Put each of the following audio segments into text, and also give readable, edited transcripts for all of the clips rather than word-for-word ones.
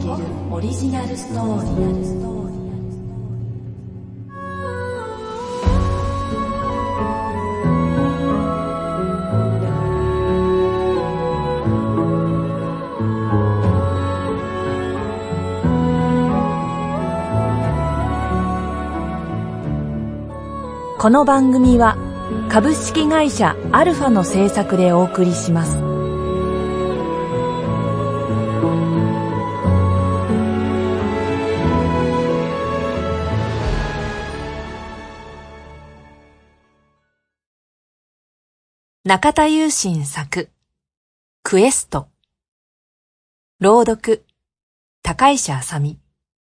オリジナルストーリー。この番組は株式会社アルファの制作でお送りします。中田雄心作クエスト、朗読高石あさみ。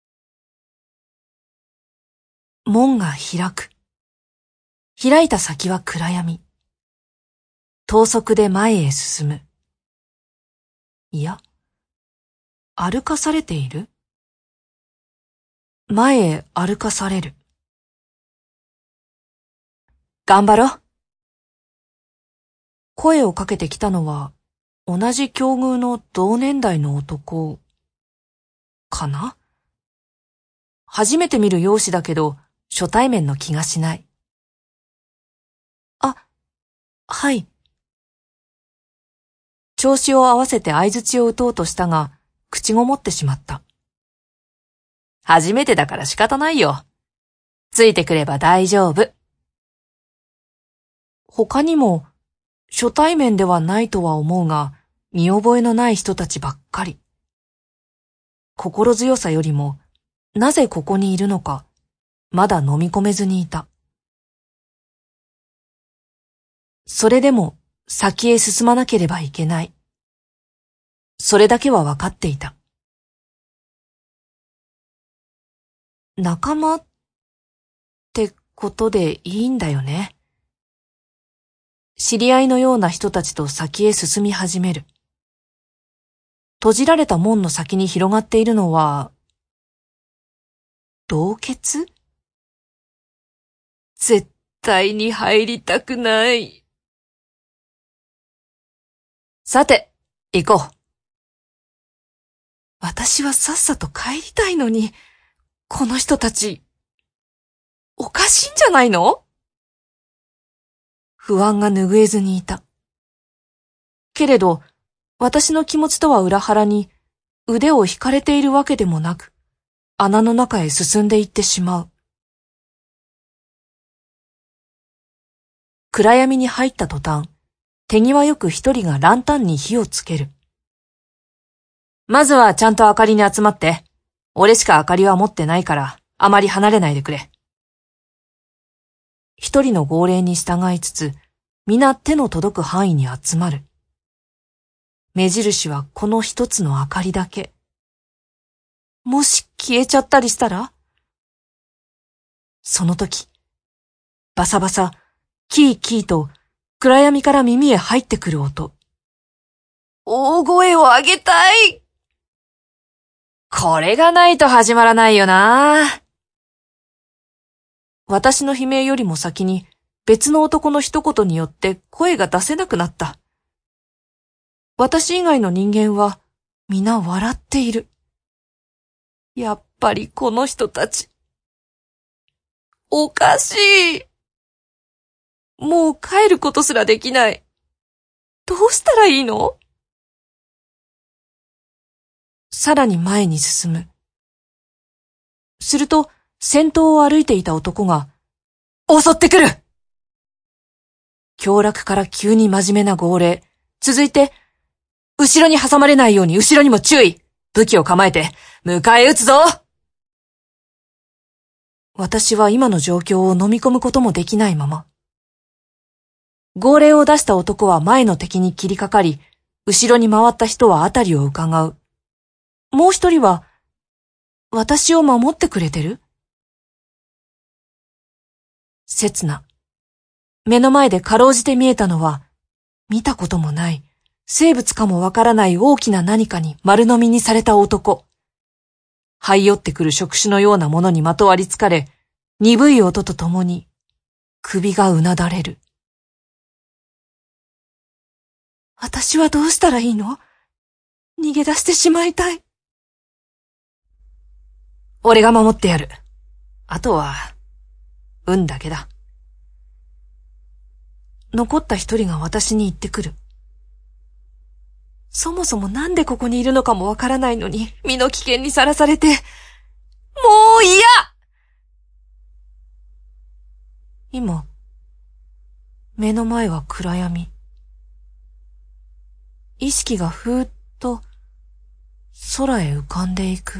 門が開く。開いた先は暗闇。等速で前へ進む。いや、歩かされている？前へ歩かされる。頑張ろう。声をかけてきたのは、同じ境遇の同年代の男、かな？初めて見る容姿だけど、初対面の気がしない。はい。調子を合わせて相槌を打とうとしたが、口ごもってしまった。初めてだから仕方ないよ。ついてくれば大丈夫。他にも、初対面ではないとは思うが、見覚えのない人たちばっかり。心強さよりも、なぜここにいるのか、まだ飲み込めずにいた。それでも先へ進まなければいけない。それだけは分かっていた。仲間ってことでいいんだよね。知り合いのような人たちと先へ進み始める。閉じられた門の先に広がっているのは、洞穴？絶対に入りたくない。さて、行こう。私はさっさと帰りたいのに、この人たち、おかしいんじゃないの？不安が拭えずにいた。けれど、私の気持ちとは裏腹に、腕を引かれているわけでもなく、穴の中へ進んでいってしまう。暗闇に入った途端、手際よく一人がランタンに火をつける。まずはちゃんと明かりに集まって。俺しか明かりは持ってないから、あまり離れないでくれ。一人の号令に従いつつ、皆手の届く範囲に集まる。目印はこの一つの明かりだけ。もし消えちゃったりしたら？その時、バサバサ、キーキーと暗闇から耳へ入ってくる音。大声を上げたい！これがないと始まらないよな。私の悲鳴よりも先に別の男の一言によって声が出せなくなった。私以外の人間は皆笑っている。やっぱりこの人たち、おかしい。もう帰ることすらできない。どうしたらいいの？さらに前に進む。すると、先頭を歩いていた男が、襲ってくる！凶楽から急に真面目な号令。続いて、後ろに挟まれないように後ろにも注意！武器を構えて、迎え撃つぞ！私は今の状況を飲み込むこともできないまま。号令を出した男は前の敵に切りかかり、後ろに回った人はあたりを伺う。もう一人は、私を守ってくれてる？刹那。目の前でかろうじて見えたのは、見たこともない、生物かもわからない大きな何かに丸飲みにされた男。這い寄ってくる触手のようなものにまとわりつかれ、鈍い音とともに、首がうなだれる。私はどうしたらいいの？逃げ出してしまいたい。 俺が守ってやる。あとは、運だけだ。残った一人が私に言ってくる。そもそもなんでここにいるのかもわからないのに、身の危険にさらされて、もう嫌！今、目の前は暗闇。意識がふーっと空へ浮かんでいく。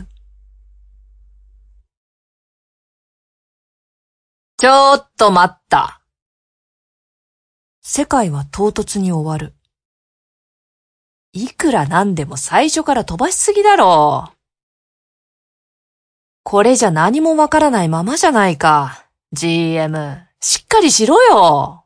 ちょっと待った。世界は唐突に終わる。いくらなんでも最初から飛ばしすぎだろう。これじゃ何もわからないままじゃないか。GM、しっかりしろよ。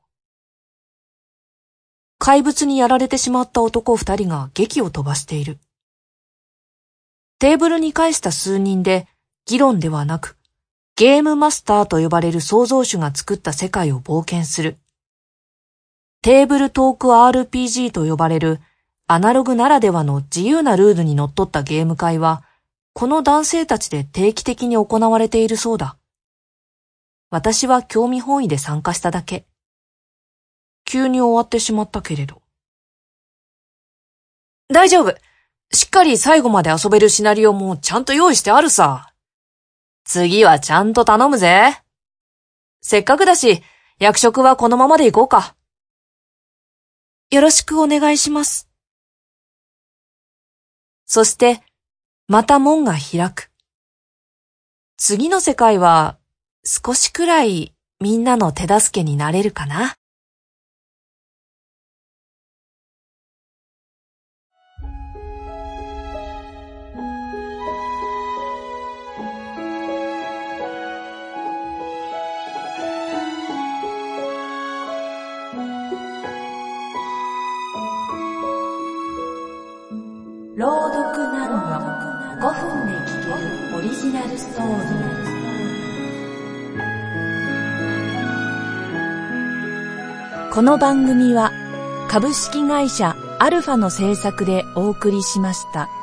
怪物にやられてしまった男二人が劇を飛ばしている。テーブルに返した数人で議論ではなく、ゲームマスターと呼ばれる創造主が作った世界を冒険する。テーブルトーク RPG と呼ばれるアナログならではの自由なルールにのっとったゲーム会は、この男性たちで定期的に行われているそうだ。私は興味本位で参加しただけ。急に終わってしまったけれど。大丈夫。しっかり最後まで遊べるシナリオもちゃんと用意してあるさ。次はちゃんと頼むぜ。せっかくだし、役職はこのままでいこうか。よろしくお願いします。そして、また門が開く。次の世界は、少しくらいみんなの手助けになれるかな。 朗読なんよ5分で聞けるオリジナルストーリー。この番組は株式会社アルファの制作でお送りしました。